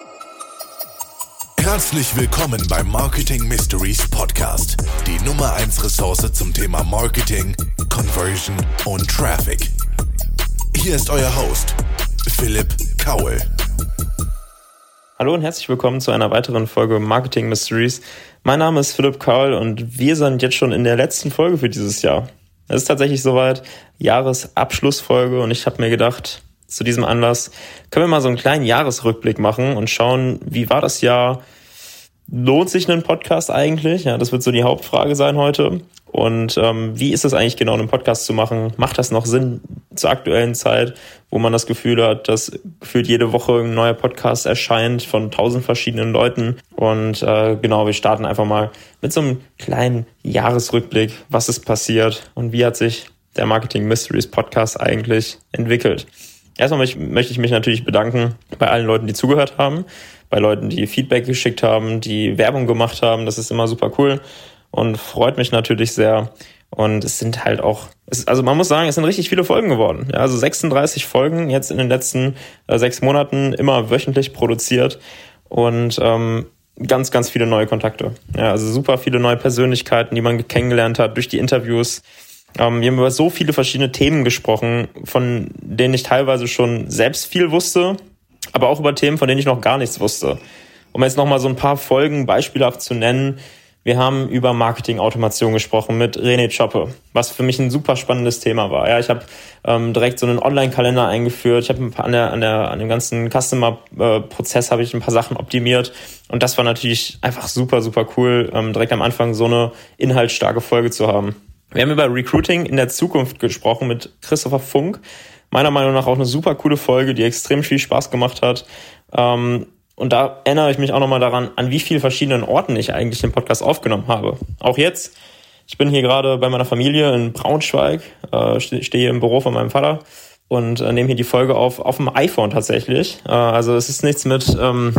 Herzlich willkommen beim Marketing Mysteries Podcast, die Nummer 1 Ressource zum Thema Marketing, Conversion und Traffic. Hier ist euer Host, Philipp Kaul. Hallo und herzlich willkommen zu einer weiteren Folge Marketing Mysteries. Mein Name ist Philipp Kaul und wir sind jetzt schon in der letzten Folge für dieses Jahr. Es ist tatsächlich soweit, Jahresabschlussfolge, und ich habe mir gedacht, zu diesem Anlass können wir mal so einen kleinen Jahresrückblick machen und schauen, wie war das Jahr? Lohnt sich ein Podcast eigentlich? Ja, das wird so die Hauptfrage sein heute. Und wie ist es eigentlich genau, einen Podcast zu machen? Macht das noch Sinn zur aktuellen Zeit, wo man das Gefühl hat, dass gefühlt jede Woche ein neuer Podcast erscheint von 1000 verschiedenen Leuten? Und genau, wir starten einfach mal mit so einem kleinen Jahresrückblick. Was ist passiert und wie hat sich der Marketing Mysteries Podcast eigentlich entwickelt? Erstmal möchte ich mich natürlich bedanken bei allen Leuten, die zugehört haben, bei Leuten, die Feedback geschickt haben, die Werbung gemacht haben. Das ist immer super cool und freut mich natürlich sehr. Und es sind halt auch, also man muss sagen, es sind richtig viele Folgen geworden. Ja, also 36 Folgen jetzt in den letzten 6 Monaten, immer wöchentlich produziert und ganz, ganz viele neue Kontakte. Ja, also super viele neue Persönlichkeiten, die man kennengelernt hat durch die Interviews. Wir haben über so viele verschiedene Themen gesprochen, von denen ich teilweise schon selbst viel wusste, aber auch über Themen, von denen ich noch gar nichts wusste. Um jetzt nochmal so ein paar Folgen beispielhaft zu nennen: Wir haben über Marketing-Automation gesprochen mit René Choppe, was für mich ein super spannendes Thema war. Ja, ich habe direkt so einen Online-Kalender eingeführt. Ich habe an dem ganzen Customer-Prozess habe ich ein paar Sachen optimiert. Und das war natürlich einfach super, super cool, direkt am Anfang so eine inhaltsstarke Folge zu haben. Wir haben über Recruiting in der Zukunft gesprochen mit Christopher Funk. Meiner Meinung nach auch eine super coole Folge, die extrem viel Spaß gemacht hat. Und da erinnere ich mich auch nochmal daran, an wie vielen verschiedenen Orten ich eigentlich den Podcast aufgenommen habe. Auch jetzt, ich bin hier gerade bei meiner Familie in Braunschweig, stehe hier im Büro von meinem Vater und nehme hier die Folge auf dem iPhone tatsächlich. Also es ist nichts mit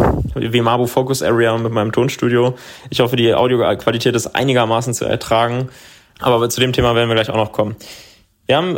Wemabo Focus Area und mit meinem Tonstudio. Ich hoffe, die Audioqualität ist einigermaßen zu ertragen. Aber zu dem Thema werden wir gleich auch noch kommen. Wir haben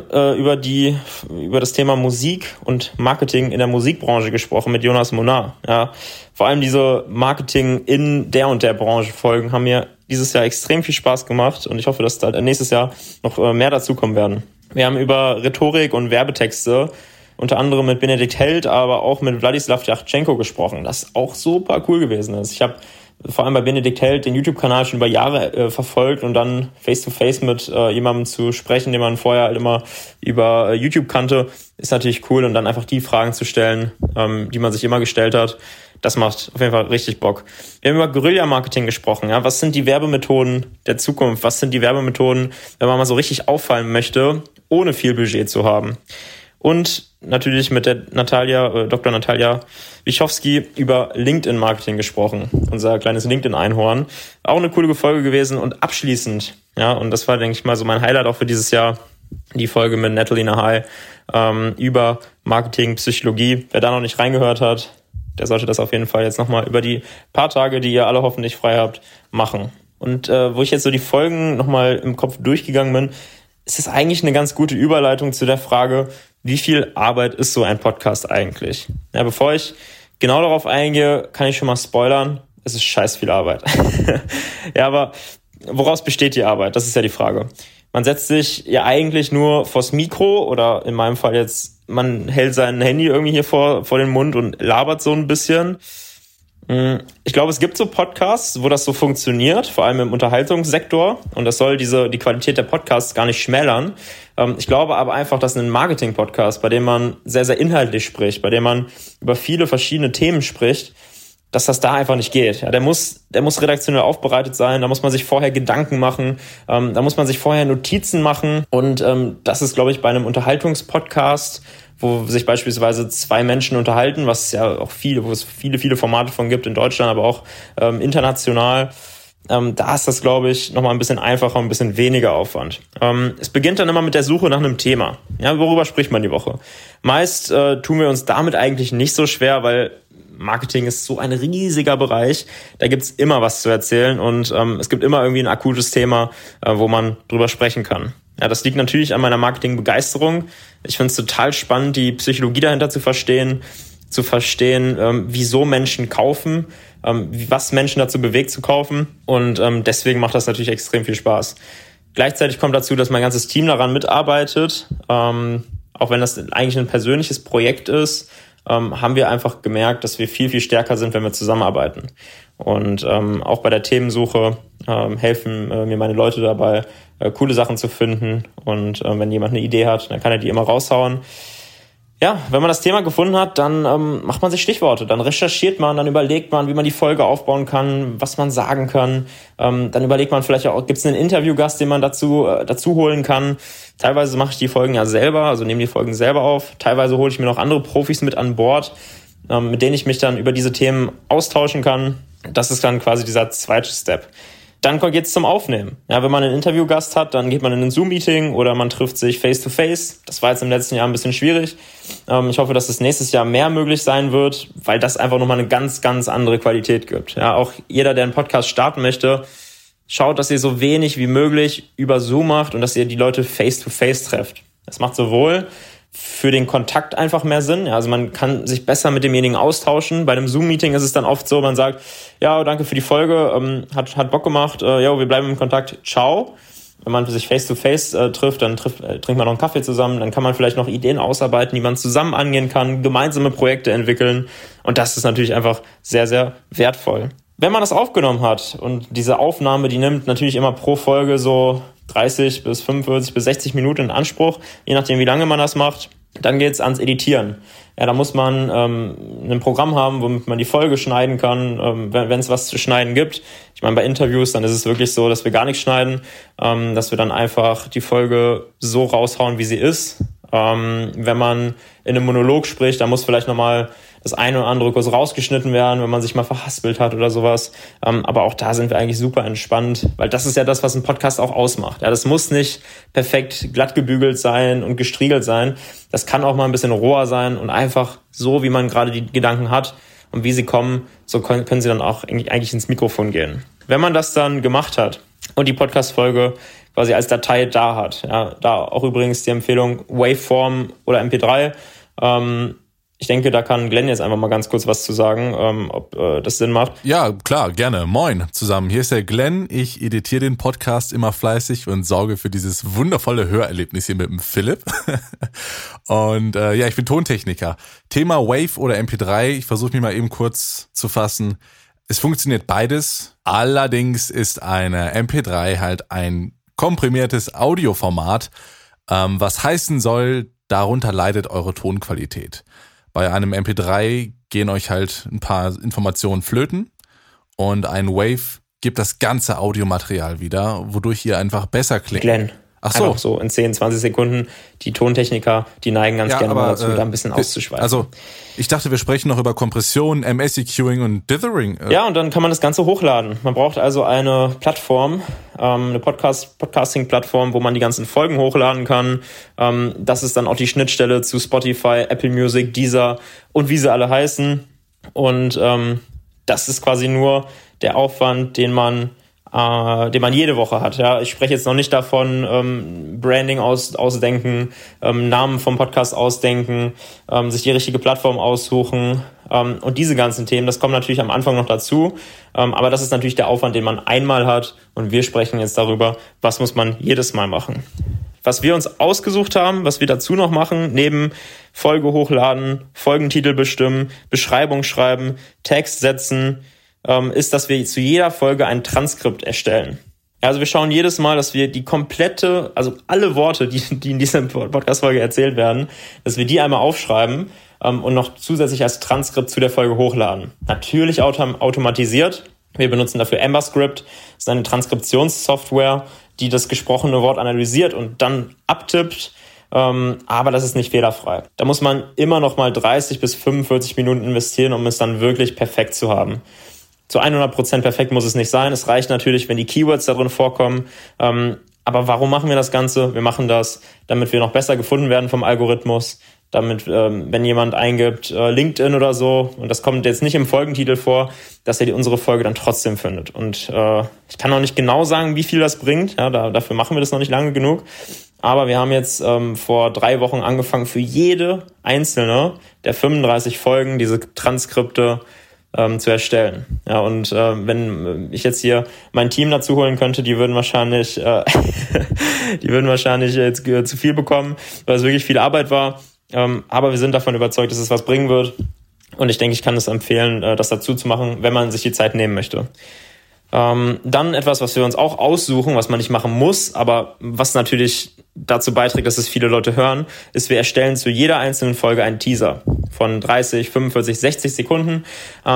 über das Thema Musik und Marketing in der Musikbranche gesprochen mit Jonas Monar. Ja, vor allem diese Marketing in der und der Branche Folgen haben mir dieses Jahr extrem viel Spaß gemacht und ich hoffe, dass da nächstes Jahr noch mehr dazukommen werden. Wir haben über Rhetorik und Werbetexte unter anderem mit Benedikt Held, aber auch mit Wladislav Yachtschenko gesprochen, das auch super cool gewesen ist. Ich habe vor allem bei Benedikt Held den YouTube-Kanal schon über Jahre verfolgt und dann face-to-face mit jemandem zu sprechen, den man vorher halt immer über YouTube kannte, ist natürlich cool, und dann einfach die Fragen zu stellen, die man sich immer gestellt hat. Das macht auf jeden Fall richtig Bock. Wir haben über Guerilla-Marketing gesprochen. Ja, was sind die Werbemethoden der Zukunft? Was sind die Werbemethoden, wenn man mal so richtig auffallen möchte, ohne viel Budget zu haben? Und natürlich mit der Dr. Natalia Wischowski über LinkedIn-Marketing gesprochen. Unser kleines LinkedIn-Einhorn. Auch eine coole Folge gewesen. Und abschließend, ja, und das war, denke ich mal, so mein Highlight auch für dieses Jahr, die Folge mit Natalie Nahai über Marketing, Psychologie. Wer da noch nicht reingehört hat, der sollte das auf jeden Fall jetzt nochmal über die paar Tage, die ihr alle hoffentlich frei habt, machen. Und wo ich jetzt so die Folgen nochmal im Kopf durchgegangen bin, ist es eigentlich eine ganz gute Überleitung zu der Frage, wie viel Arbeit ist so ein Podcast eigentlich? Ja, bevor ich genau darauf eingehe, kann ich schon mal spoilern, es ist scheiß viel Arbeit. Ja, aber woraus besteht die Arbeit? Das ist ja die Frage. Man setzt sich ja eigentlich nur vors Mikro, oder in meinem Fall jetzt, man hält sein Handy irgendwie hier vor den Mund und labert so ein bisschen. Ich glaube, es gibt so Podcasts, wo das so funktioniert, vor allem im Unterhaltungssektor, und das soll die Qualität der Podcasts gar nicht schmälern. Ich glaube aber einfach, dass ein Marketing-Podcast, bei dem man sehr, sehr inhaltlich spricht, bei dem man über viele verschiedene Themen spricht, dass das da einfach nicht geht. Ja, der muss redaktionell aufbereitet sein, da muss man sich vorher Gedanken machen, da muss man sich vorher Notizen machen, und das ist, glaube ich, bei einem Unterhaltungspodcast, wo sich beispielsweise 2 Menschen unterhalten, was es ja auch wo es viele Formate von gibt in Deutschland, aber auch international. Da ist das, glaube ich, nochmal ein bisschen einfacher und ein bisschen weniger Aufwand. Es beginnt dann immer mit der Suche nach einem Thema. Ja, worüber spricht man die Woche? Meist tun wir uns damit eigentlich nicht so schwer, weil Marketing ist so ein riesiger Bereich. Da gibt's immer was zu erzählen, und es gibt immer irgendwie ein akutes Thema, wo man drüber sprechen kann. Ja, das liegt natürlich an meiner Marketingbegeisterung. Ich finde es total spannend, die Psychologie dahinter zu verstehen, zu verstehen, wieso Menschen kaufen, was Menschen dazu bewegt zu kaufen. Und deswegen macht das natürlich extrem viel Spaß. Gleichzeitig kommt dazu, dass mein ganzes Team daran mitarbeitet. Auch wenn das eigentlich ein persönliches Projekt ist, haben wir einfach gemerkt, dass wir viel, viel stärker sind, wenn wir zusammenarbeiten. Und auch bei der Themensuche helfen mir meine Leute dabei, coole Sachen zu finden. Und wenn jemand eine Idee hat, dann kann er die immer raushauen. Ja, wenn man das Thema gefunden hat, dann macht man sich Stichworte, dann recherchiert man, dann überlegt man, wie man die Folge aufbauen kann, was man sagen kann. Dann überlegt man vielleicht auch, gibt es einen Interviewgast, den man dazu holen kann. Teilweise mache ich die Folgen ja selber, also nehme die Folgen selber auf. Teilweise hole ich mir noch andere Profis mit an Bord, mit denen ich mich dann über diese Themen austauschen kann. Das ist dann quasi dieser zweite Step. Dann geht's zum Aufnehmen. Ja, wenn man einen Interviewgast hat, dann geht man in ein Zoom-Meeting oder man trifft sich face-to-face. Das war jetzt im letzten Jahr ein bisschen schwierig. Ich hoffe, dass es nächstes Jahr mehr möglich sein wird, weil das einfach nochmal eine ganz, ganz andere Qualität gibt. Ja, auch jeder, der einen Podcast starten möchte, schaut, dass ihr so wenig wie möglich über Zoom macht und dass ihr die Leute face-to-face trefft. Das macht sowohl für den Kontakt einfach mehr Sinn. Ja, also man kann sich besser mit demjenigen austauschen. Bei einem Zoom-Meeting ist es dann oft so, man sagt, ja, danke für die Folge, hat Bock gemacht, ja, wir bleiben im Kontakt, ciao. Wenn man sich face-to-face trifft, dann trinkt man noch einen Kaffee zusammen, dann kann man vielleicht noch Ideen ausarbeiten, die man zusammen angehen kann, gemeinsame Projekte entwickeln. Und das ist natürlich einfach sehr, sehr wertvoll. Wenn man das aufgenommen hat und diese Aufnahme, die nimmt natürlich immer pro Folge so 30 bis 45 bis 60 Minuten in Anspruch, je nachdem, wie lange man das macht. Dann geht's ans Editieren. Ja, da muss man ein Programm haben, womit man die Folge schneiden kann, wenn es was zu schneiden gibt. Ich meine, bei Interviews, dann ist es wirklich so, dass wir gar nichts schneiden, dass wir dann einfach die Folge so raushauen, wie sie ist. Wenn man in einem Monolog spricht, dann muss vielleicht nochmal das eine oder andere kurz rausgeschnitten werden, wenn man sich mal verhaspelt hat oder sowas. Aber auch da sind wir eigentlich super entspannt, weil das ist ja das, was ein Podcast auch ausmacht. Ja, das muss nicht perfekt glatt gebügelt sein und gestriegelt sein. Das kann auch mal ein bisschen roher sein und einfach so, wie man gerade die Gedanken hat und wie sie kommen, so können sie dann auch eigentlich ins Mikrofon gehen. Wenn man das dann gemacht hat und die Podcast-Folge quasi als Datei da hat, ja, da auch übrigens die Empfehlung Waveform oder MP3, ich denke, da kann Glenn jetzt einfach mal ganz kurz was zu sagen, ob das Sinn macht. Ja, klar, gerne. Moin zusammen. Hier ist der Glenn. Ich editiere den Podcast immer fleißig und sorge für dieses wundervolle Hörerlebnis hier mit dem Philipp. Und ja, ich bin Tontechniker. Thema Wave oder MP3. Ich versuche mich mal eben kurz zu fassen. Es funktioniert beides. Allerdings ist eine MP3 halt ein komprimiertes Audioformat, was heißen soll, darunter leidet eure Tonqualität. Bei einem MP3 gehen euch halt ein paar Informationen flöten und ein Wave gibt das ganze Audiomaterial wieder, wodurch ihr einfach besser klingt. Glenn. Ach so. Einfach so in 10, 20 Sekunden. Die Tontechniker, die neigen ganz gerne mal dazu, da ein bisschen auszuschweifen. Also, ich dachte, wir sprechen noch über Kompression, MS-EQing und Dithering. Ja, und dann kann man das Ganze hochladen. Man braucht also eine Plattform, eine Podcasting-Plattform, wo man die ganzen Folgen hochladen kann. Das ist dann auch die Schnittstelle zu Spotify, Apple Music, Deezer und wie sie alle heißen. Und das ist quasi nur der Aufwand, den man jede Woche hat. Ja, ich spreche jetzt noch nicht davon, Branding ausdenken, Namen vom Podcast ausdenken, sich die richtige Plattform aussuchen und diese ganzen Themen. Das kommt natürlich am Anfang noch dazu, aber das ist natürlich der Aufwand, den man einmal hat und wir sprechen jetzt darüber, was muss man jedes Mal machen. Was wir uns ausgesucht haben, was wir dazu noch machen, neben Folge hochladen, Folgentitel bestimmen, Beschreibung schreiben, Text setzen, ist, dass wir zu jeder Folge ein Transkript erstellen. Also wir schauen jedes Mal, dass wir die komplette, also alle Worte, die in dieser Podcast-Folge erzählt werden, dass wir die einmal aufschreiben und noch zusätzlich als Transkript zu der Folge hochladen. Natürlich automatisiert. Wir benutzen dafür EmberScript. Das ist eine Transkriptionssoftware, die das gesprochene Wort analysiert und dann abtippt. Aber das ist nicht fehlerfrei. Da muss man immer noch mal 30 bis 45 Minuten investieren, um es dann wirklich perfekt zu haben. Zu 100% perfekt muss es nicht sein. Es reicht natürlich, wenn die Keywords da drin vorkommen. Aber warum machen wir das Ganze? Wir machen das, damit wir noch besser gefunden werden vom Algorithmus. Damit, wenn jemand eingibt LinkedIn oder so, und das kommt jetzt nicht im Folgentitel vor, dass er unsere Folge dann trotzdem findet. Und ich kann auch nicht genau sagen, wie viel das bringt. Ja, dafür machen wir das noch nicht lange genug. Aber wir haben jetzt vor 3 Wochen angefangen, für jede einzelne der 35 Folgen diese Transkripte zu erstellen. Ja, und wenn ich jetzt hier mein Team dazu holen könnte, die würden wahrscheinlich jetzt zu viel bekommen, weil es wirklich viel Arbeit war. Aber wir sind davon überzeugt, dass es was bringen wird. Und ich denke, ich kann es empfehlen, das dazu zu machen, wenn man sich die Zeit nehmen möchte. Dann etwas, was wir uns auch aussuchen, was man nicht machen muss, aber was natürlich dazu beiträgt, dass es viele Leute hören, ist, wir erstellen zu jeder einzelnen Folge einen Teaser von 30, 45, 60 Sekunden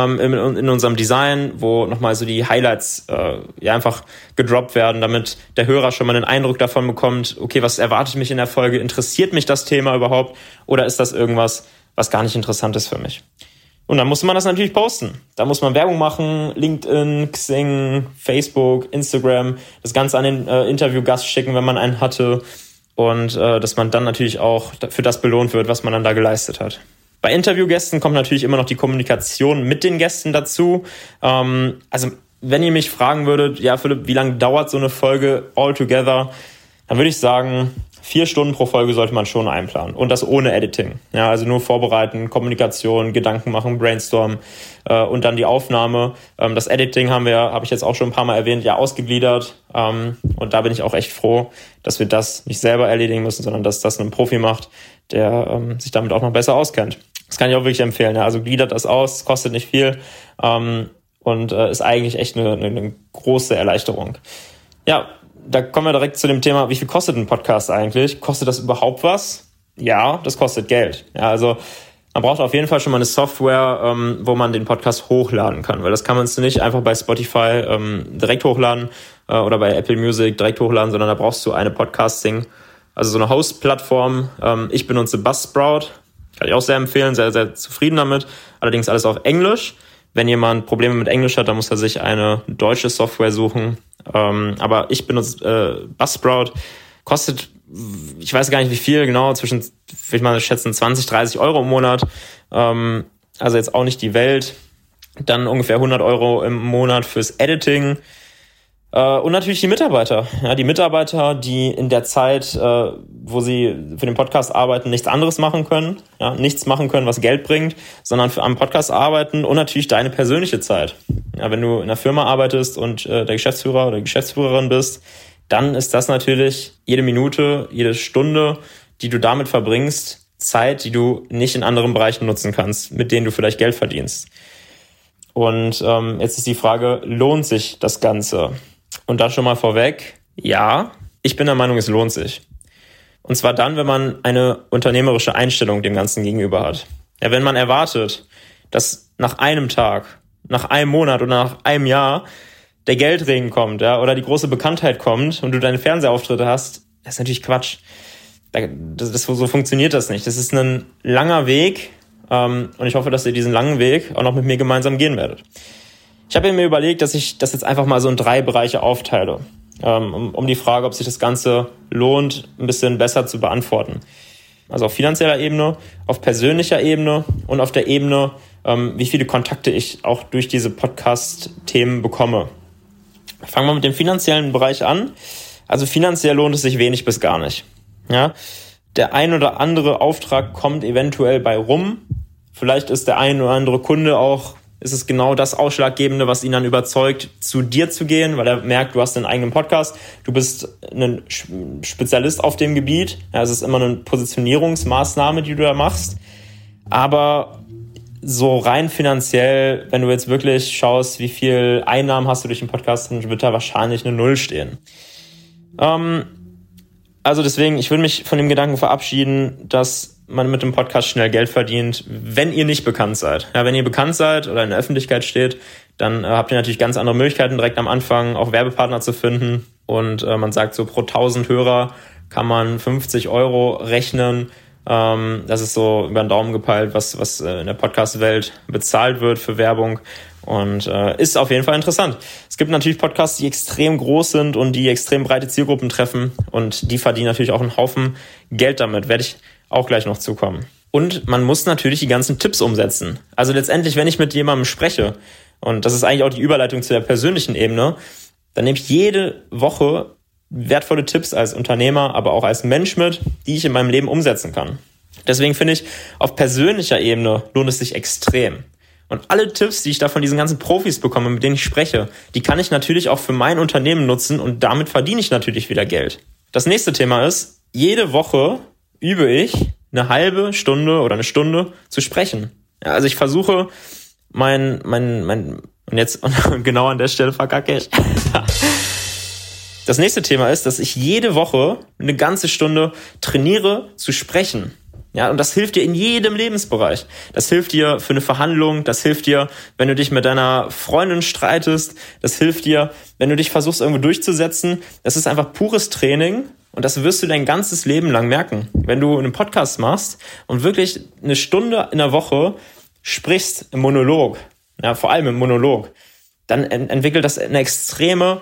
in unserem Design, wo nochmal so die Highlights einfach gedroppt werden, damit der Hörer schon mal einen Eindruck davon bekommt, okay, was erwartet mich in der Folge? Interessiert mich das Thema überhaupt? Oder ist das irgendwas, was gar nicht interessant ist für mich? Und dann muss man das natürlich posten. Da muss man Werbung machen, LinkedIn, Xing, Facebook, Instagram, das Ganze an den Interviewgast schicken, wenn man einen hatte. Und dass man dann natürlich auch für das belohnt wird, was man dann da geleistet hat. Bei Interviewgästen kommt natürlich immer noch die Kommunikation mit den Gästen dazu. Also wenn ihr mich fragen würdet, ja Philipp, wie lange dauert so eine Folge all together, dann würde ich sagen, 4 Stunden pro Folge sollte man schon einplanen. Und das ohne Editing. Ja, also nur vorbereiten, Kommunikation, Gedanken machen, Brainstorm und dann die Aufnahme. Das Editing habe ich jetzt auch schon ein paar Mal erwähnt, ja ausgegliedert. Und da bin ich auch echt froh, dass wir das nicht selber erledigen müssen, sondern dass das ein Profi macht, der sich damit auch noch besser auskennt. Das kann ich auch wirklich empfehlen. Ja. Also gliedert das aus, kostet nicht viel und ist eigentlich echt eine große Erleichterung. Ja, da kommen wir direkt zu dem Thema, wie viel kostet ein Podcast eigentlich? Kostet das überhaupt was? Ja, das kostet Geld. Ja, also man braucht auf jeden Fall schon mal eine Software, wo man den Podcast hochladen kann, weil das kann man nicht einfach bei Spotify direkt hochladen oder bei Apple Music direkt hochladen, sondern da brauchst du eine Podcasting, also so eine Host-Plattform. Ich benutze Buzzsprout, kann ich auch sehr empfehlen, sehr, sehr zufrieden damit. Allerdings alles auf Englisch. Wenn jemand Probleme mit Englisch hat, dann muss er sich eine deutsche Software suchen. Aber ich benutze Buzzsprout. Kostet, ich weiß gar nicht wie viel, genau, würde ich mal schätzen, 20, 30 Euro im Monat. Also jetzt auch nicht die Welt. Dann ungefähr 100 Euro im Monat fürs Editing. Und natürlich die Mitarbeiter. Ja, die Mitarbeiter, die in der Zeit, wo sie für den Podcast arbeiten, nichts anderes machen können. Ja, nichts machen können, was Geld bringt, sondern am Podcast arbeiten und natürlich deine persönliche Zeit. Ja, wenn du in einer Firma arbeitest und der Geschäftsführer oder Geschäftsführerin bist, dann ist das natürlich jede Minute, jede Stunde, die du damit verbringst, Zeit, die du nicht in anderen Bereichen nutzen kannst, mit denen du vielleicht Geld verdienst. Und jetzt ist die Frage, lohnt sich das Ganze? Und da schon mal vorweg, ja, ich bin der Meinung, es lohnt sich. Und zwar dann, wenn man eine unternehmerische Einstellung dem Ganzen gegenüber hat. Ja, wenn man erwartet, dass nach einem Tag, nach einem Monat oder nach einem Jahr der Geldregen kommt, ja, oder die große Bekanntheit kommt und du deine Fernsehauftritte hast, das ist natürlich Quatsch. So funktioniert das nicht. Das ist ein langer Weg und ich hoffe, dass ihr diesen langen Weg auch noch mit mir gemeinsam gehen werdet. Ich habe mir überlegt, dass ich das jetzt einfach mal so in 3 Bereiche aufteile, um die Frage, ob sich das Ganze lohnt, ein bisschen besser zu beantworten. Also auf finanzieller Ebene, auf persönlicher Ebene und auf der Ebene, wie viele Kontakte ich auch durch diese Podcast-Themen bekomme. Fangen wir mit dem finanziellen Bereich an. Also finanziell lohnt es sich wenig bis gar nicht. Ja? Der ein oder andere Auftrag kommt eventuell bei rum. Vielleicht ist der ein oder andere Kunde auch, ist es genau das Ausschlaggebende, was ihn dann überzeugt, zu dir zu gehen, weil er merkt, du hast einen eigenen Podcast, du bist ein Spezialist auf dem Gebiet. Ja, es ist immer eine Positionierungsmaßnahme, die du da machst. Aber so rein finanziell, wenn du jetzt wirklich schaust, wie viel Einnahmen hast du durch den Podcast, dann wird da wahrscheinlich eine 0 stehen. Also deswegen, ich würde mich von dem Gedanken verabschieden, dass man mit dem Podcast schnell Geld verdient, wenn ihr nicht bekannt seid. Ja, wenn ihr bekannt seid oder in der Öffentlichkeit steht, dann habt ihr natürlich ganz andere Möglichkeiten, direkt am Anfang auch Werbepartner zu finden. Und man sagt so, pro 1000 Hörer kann man 50 Euro rechnen. Das ist so über den Daumen gepeilt, was in der Podcast-Welt bezahlt wird für Werbung. Und ist auf jeden Fall interessant. Es gibt natürlich Podcasts, die extrem groß sind und die extrem breite Zielgruppen treffen. Und die verdienen natürlich auch einen Haufen Geld damit. Werde ich auch gleich noch zukommen. Und man muss natürlich die ganzen Tipps umsetzen. Also letztendlich, wenn ich mit jemandem spreche, und das ist eigentlich auch die Überleitung zu der persönlichen Ebene, dann nehme ich jede Woche wertvolle Tipps als Unternehmer, aber auch als Mensch mit, die ich in meinem Leben umsetzen kann. Deswegen finde ich, auf persönlicher Ebene lohnt es sich extrem. Und alle Tipps, die ich da von diesen ganzen Profis bekomme, mit denen ich spreche, die kann ich natürlich auch für mein Unternehmen nutzen und damit verdiene ich natürlich wieder Geld. Das nächste Thema ist, jede Woche übe ich eine halbe Stunde oder eine Stunde zu sprechen. Ja, also ich versuche und jetzt genau an der Stelle verkacke ich. Das nächste Thema ist, dass ich jede Woche eine ganze Stunde trainiere zu sprechen. Ja, und das hilft dir in jedem Lebensbereich. Das hilft dir für eine Verhandlung, das hilft dir, wenn du dich mit deiner Freundin streitest, das hilft dir, wenn du dich versuchst, irgendwo durchzusetzen. Das ist einfach pures Training und das wirst du dein ganzes Leben lang merken. Wenn du einen Podcast machst und wirklich eine Stunde in der Woche sprichst im Monolog, ja, vor allem im Monolog, dann entwickelt das eine extreme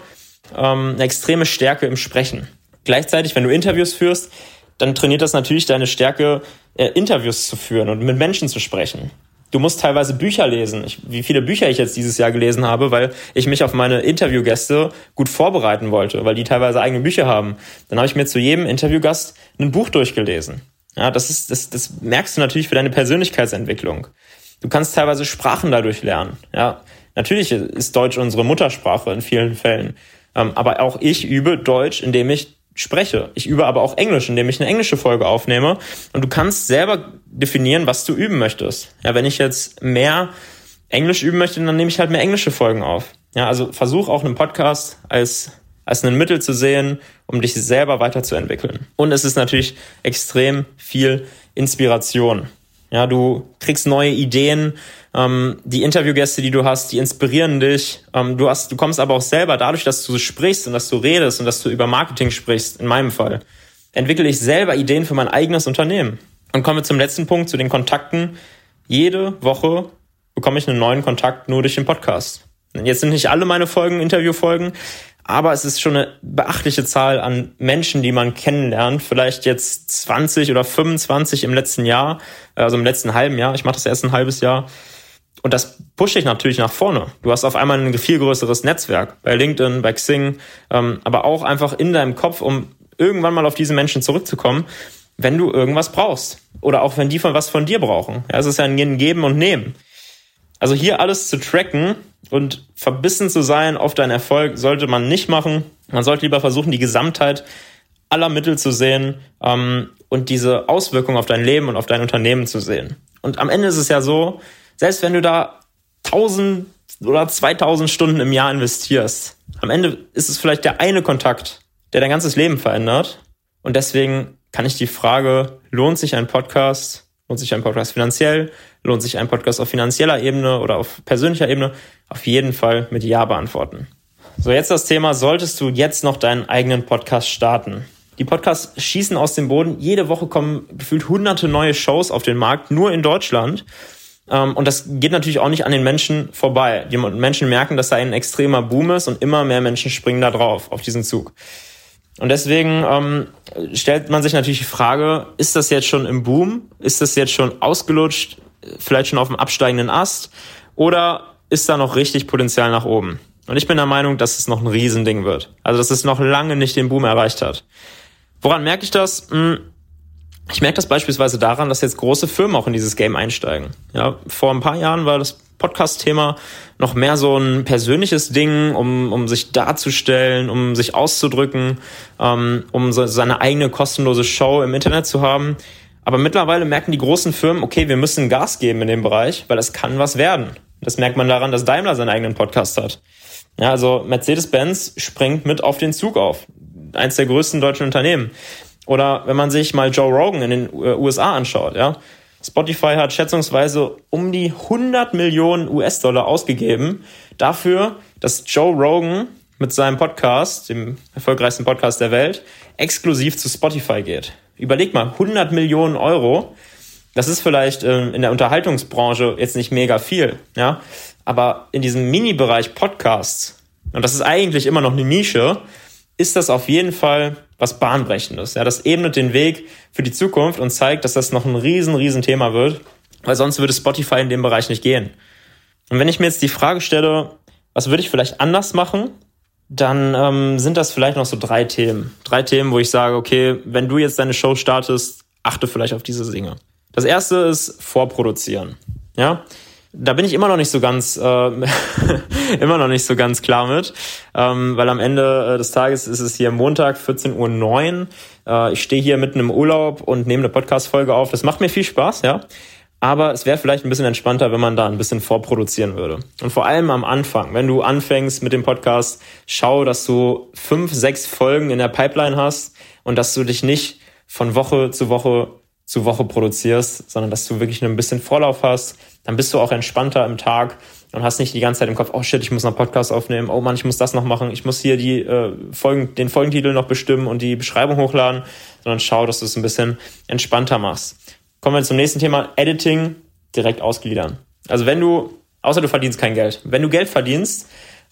Stärke im Sprechen. Gleichzeitig, wenn du Interviews führst, dann trainiert das natürlich deine Stärke, Interviews zu führen und mit Menschen zu sprechen. Du musst teilweise Bücher lesen. Wie viele Bücher ich jetzt dieses Jahr gelesen habe, weil ich mich auf meine Interviewgäste gut vorbereiten wollte, weil die teilweise eigene Bücher haben. Dann habe ich mir zu jedem Interviewgast ein Buch durchgelesen. Ja, das merkst du natürlich für deine Persönlichkeitsentwicklung. Du kannst teilweise Sprachen dadurch lernen. Ja, natürlich ist Deutsch unsere Muttersprache in vielen Fällen. Aber auch ich übe Deutsch, indem ich spreche. Ich übe aber auch Englisch, indem ich eine englische Folge aufnehme. Und du kannst selber definieren, was du üben möchtest. Ja, wenn ich jetzt mehr Englisch üben möchte, dann nehme ich halt mehr englische Folgen auf. Ja, also versuch auch einen Podcast als ein Mittel zu sehen, um dich selber weiterzuentwickeln. Und es ist natürlich extrem viel Inspiration. Ja, du kriegst neue Ideen, die Interviewgäste, die du hast, die inspirieren dich. Du kommst aber auch selber dadurch, dass du sprichst und dass du redest und dass du über Marketing sprichst, in meinem Fall, entwickle ich selber Ideen für mein eigenes Unternehmen. Und kommen wir zum letzten Punkt, zu den Kontakten. Jede Woche bekomme ich einen neuen Kontakt nur durch den Podcast. Jetzt sind nicht alle meine Folgen Interviewfolgen, aber es ist schon eine beachtliche Zahl an Menschen, die man kennenlernt. Vielleicht jetzt 20 oder 25 im letzten Jahr, also im letzten halben Jahr. Ich mache das erst ein halbes Jahr. Und das pushe ich natürlich nach vorne. Du hast auf einmal ein viel größeres Netzwerk bei LinkedIn, bei Xing, aber auch einfach in deinem Kopf, um irgendwann mal auf diese Menschen zurückzukommen, wenn du irgendwas brauchst. Oder auch wenn die was von dir brauchen. Ja, es ist ja ein Geben und Nehmen. Also hier alles zu tracken und verbissen zu sein auf deinen Erfolg sollte man nicht machen. Man sollte lieber versuchen, die Gesamtheit aller Mittel zu sehen und diese Auswirkungen auf dein Leben und auf dein Unternehmen zu sehen. Und am Ende ist es ja so, selbst wenn du da 1000 oder 2000 Stunden im Jahr investierst, am Ende ist es vielleicht der eine Kontakt, der dein ganzes Leben verändert. Und deswegen kann ich die Frage, lohnt sich ein Podcast? Lohnt sich ein Podcast finanziell? Lohnt sich ein Podcast auf finanzieller Ebene oder auf persönlicher Ebene? Auf jeden Fall mit Ja beantworten. So, jetzt das Thema, solltest du jetzt noch deinen eigenen Podcast starten? Die Podcasts schießen aus dem Boden. Jede Woche kommen gefühlt hunderte neue Shows auf den Markt, nur in Deutschland. Und das geht natürlich auch nicht an den Menschen vorbei. Die Menschen merken, dass da ein extremer Boom ist und immer mehr Menschen springen da drauf, auf diesen Zug. Und deswegen stellt man sich natürlich die Frage, ist das jetzt schon im Boom? Ist das jetzt schon ausgelutscht? Vielleicht schon auf dem absteigenden Ast? Oder ist da noch richtig Potenzial nach oben? Und ich bin der Meinung, dass es noch ein Riesending wird. Also, dass es noch lange nicht den Boom erreicht hat. Woran merke ich das? Ich merke das beispielsweise daran, dass jetzt große Firmen auch in dieses Game einsteigen. Ja, vor ein paar Jahren war das Podcast-Thema noch mehr so ein persönliches Ding, um sich darzustellen, um sich auszudrücken, um so seine eigene kostenlose Show im Internet zu haben. Aber mittlerweile merken die großen Firmen, okay, wir müssen Gas geben in dem Bereich, weil das kann was werden. Das merkt man daran, dass Daimler seinen eigenen Podcast hat. Ja, also Mercedes-Benz springt mit auf den Zug auf. Eins der größten deutschen Unternehmen. Oder wenn man sich mal Joe Rogan in den USA anschaut, ja. Spotify hat schätzungsweise um die 100 Millionen US-Dollar ausgegeben dafür, dass Joe Rogan mit seinem Podcast, dem erfolgreichsten Podcast der Welt, exklusiv zu Spotify geht. Überleg mal, 100 Millionen Euro, das ist vielleicht in der Unterhaltungsbranche jetzt nicht mega viel, ja. Aber in diesem Mini-Bereich Podcasts, und das ist eigentlich immer noch eine Nische, ist das auf jeden Fall was Bahnbrechendes. Ja, das ebnet den Weg für die Zukunft und zeigt, dass das noch ein riesen Thema wird, weil sonst würde Spotify in dem Bereich nicht gehen. Und wenn ich mir jetzt die Frage stelle, was würde ich vielleicht anders machen, dann sind das vielleicht noch so 3 Themen. 3 Themen, wo ich sage, okay, wenn du jetzt deine Show startest, achte vielleicht auf diese Dinge. Das erste ist Vorproduzieren. Ja, da bin ich immer noch nicht so ganz klar mit, weil am Ende des Tages ist es hier Montag 14:09 Uhr. Ich stehe hier mitten im Urlaub und nehme eine Podcast-Folge auf. Das macht mir viel Spaß, ja. Aber es wäre vielleicht ein bisschen entspannter, wenn man da ein bisschen vorproduzieren würde. Und vor allem am Anfang, wenn du anfängst mit dem Podcast, schau, dass du 5, 6 Folgen in der Pipeline hast und dass du dich nicht von Woche zu Woche produzierst, sondern dass du wirklich nur ein bisschen Vorlauf hast. Dann bist du auch entspannter im Tag und hast nicht die ganze Zeit im Kopf, oh shit, ich muss noch einen Podcast aufnehmen, oh Mann, ich muss das noch machen, ich muss hier den Folgentitel noch bestimmen und die Beschreibung hochladen, sondern schau, dass du es ein bisschen entspannter machst. Kommen wir zum nächsten Thema, Editing, direkt ausgliedern. Also außer du verdienst kein Geld. Wenn du Geld verdienst,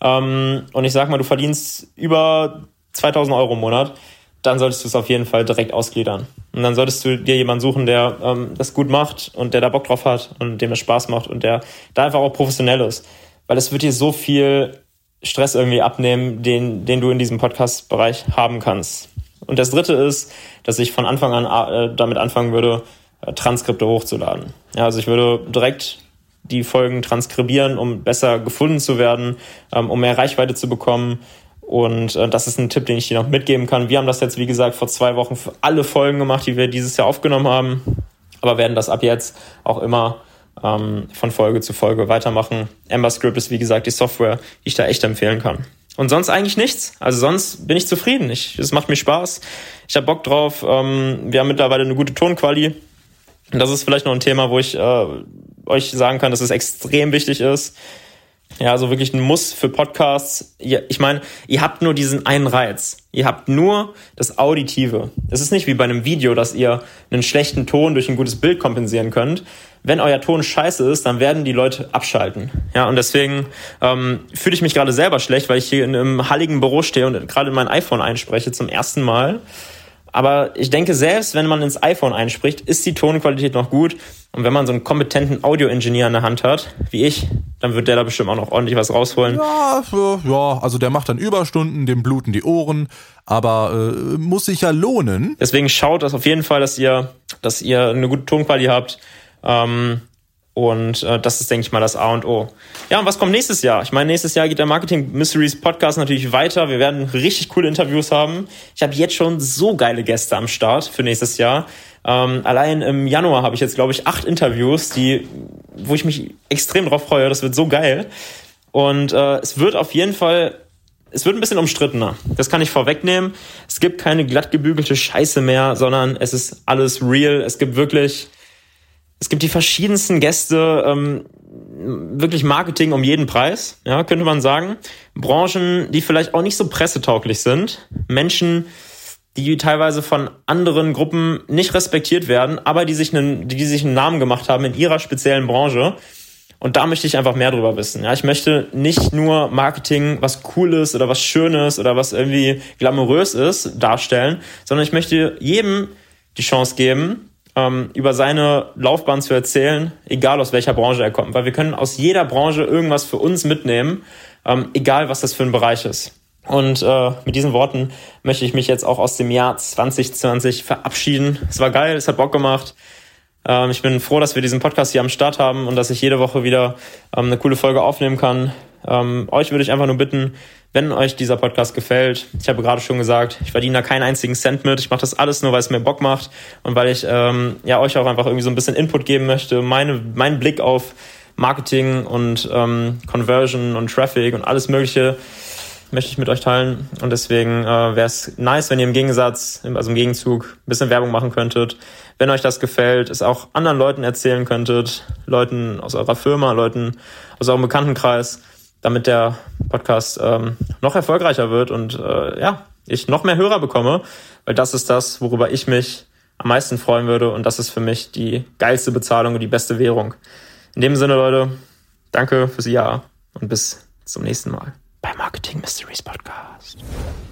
und ich sag mal, du verdienst über 2.000 Euro im Monat, dann solltest du es auf jeden Fall direkt ausgliedern. Und dann solltest du dir jemanden suchen, der das gut macht und der da Bock drauf hat und dem das Spaß macht und der da einfach auch professionell ist. Weil es wird dir so viel Stress irgendwie abnehmen, den du in diesem Podcast-Bereich haben kannst. Und das dritte ist, dass ich von Anfang an damit anfangen würde, Transkripte hochzuladen. Ja, also ich würde direkt die Folgen transkribieren, um besser gefunden zu werden, um mehr Reichweite zu bekommen. Und das ist ein Tipp, den ich dir noch mitgeben kann. Wir haben das jetzt, wie gesagt, vor 2 Wochen für alle Folgen gemacht, die wir dieses Jahr aufgenommen haben, aber werden das ab jetzt auch immer von Folge zu Folge weitermachen. EmberScript ist, wie gesagt, die Software, die ich da echt empfehlen kann. Und sonst eigentlich nichts. Also sonst bin ich zufrieden. Es macht mir Spaß. Ich habe Bock drauf. Wir haben mittlerweile eine gute Tonqualität. Und das ist vielleicht noch ein Thema, wo ich euch sagen kann, dass es extrem wichtig ist. Ja, also wirklich ein Muss für Podcasts. Ich meine, ihr habt nur diesen einen Reiz. Ihr habt nur das Auditive. Es ist nicht wie bei einem Video, dass ihr einen schlechten Ton durch ein gutes Bild kompensieren könnt. Wenn euer Ton scheiße ist, dann werden die Leute abschalten. Ja, und deswegen fühle ich mich gerade selber schlecht, weil ich hier in einem halligen Büro stehe und gerade in mein iPhone einspreche zum ersten Mal. Aber ich denke, selbst wenn man ins iPhone einspricht, ist die Tonqualität noch gut. Und wenn man so einen kompetenten Audio-Ingenieur in der Hand hat, wie ich, dann wird der da bestimmt auch noch ordentlich was rausholen. Ja, also der macht dann Überstunden, dem bluten die Ohren, aber muss sich ja lohnen. Deswegen schaut das auf jeden Fall, dass ihr eine gute Tonqualität habt. Und das ist, denke ich mal, das A und O. Ja, und was kommt nächstes Jahr? Ich meine, nächstes Jahr geht der Marketing Mysteries Podcast natürlich weiter. Wir werden richtig coole Interviews haben. Ich habe jetzt schon so geile Gäste am Start für nächstes Jahr. Allein im Januar habe ich jetzt, glaube ich, 8 Interviews, wo ich mich extrem drauf freue. Das wird so geil. Und es wird auf jeden Fall, es wird ein bisschen umstrittener. Das kann ich vorwegnehmen. Es gibt keine glatt gebügelte Scheiße mehr, sondern es ist alles real. Es gibt die verschiedensten Gäste, wirklich Marketing um jeden Preis, ja, könnte man sagen. Branchen, die vielleicht auch nicht so pressetauglich sind. Menschen, die teilweise von anderen Gruppen nicht respektiert werden, aber die sich einen Namen gemacht haben in ihrer speziellen Branche. Und da möchte ich einfach mehr drüber wissen. Ja, ich möchte nicht nur Marketing, was Cooles oder was Schönes oder was irgendwie glamourös ist, darstellen, sondern ich möchte jedem die Chance geben, über seine Laufbahn zu erzählen, egal aus welcher Branche er kommt. Weil wir können aus jeder Branche irgendwas für uns mitnehmen, egal was das für ein Bereich ist. Und mit diesen Worten möchte ich mich jetzt auch aus dem Jahr 2020 verabschieden. Es war geil, es hat Bock gemacht. Ich bin froh, dass wir diesen Podcast hier am Start haben und dass ich jede Woche wieder eine coole Folge aufnehmen kann. Euch würde ich einfach nur bitten, wenn euch dieser Podcast gefällt, ich habe gerade schon gesagt, ich verdiene da keinen einzigen Cent mit, ich mache das alles nur, weil es mir Bock macht und weil ich euch auch einfach irgendwie so ein bisschen Input geben möchte, meinen Blick auf Marketing und Conversion und Traffic und alles Mögliche möchte ich mit euch teilen und deswegen wäre es nice, wenn ihr im Gegenzug ein bisschen Werbung machen könntet. Wenn euch das gefällt, es auch anderen Leuten erzählen könntet, Leuten aus eurer Firma, Leuten aus eurem Bekanntenkreis, damit der Podcast noch erfolgreicher wird und ich noch mehr Hörer bekomme, weil das ist das, worüber ich mich am meisten freuen würde und das ist für mich die geilste Bezahlung und die beste Währung. In dem Sinne, Leute, danke fürs Jahr und bis zum nächsten Mal bei Marketing Mysteries Podcast.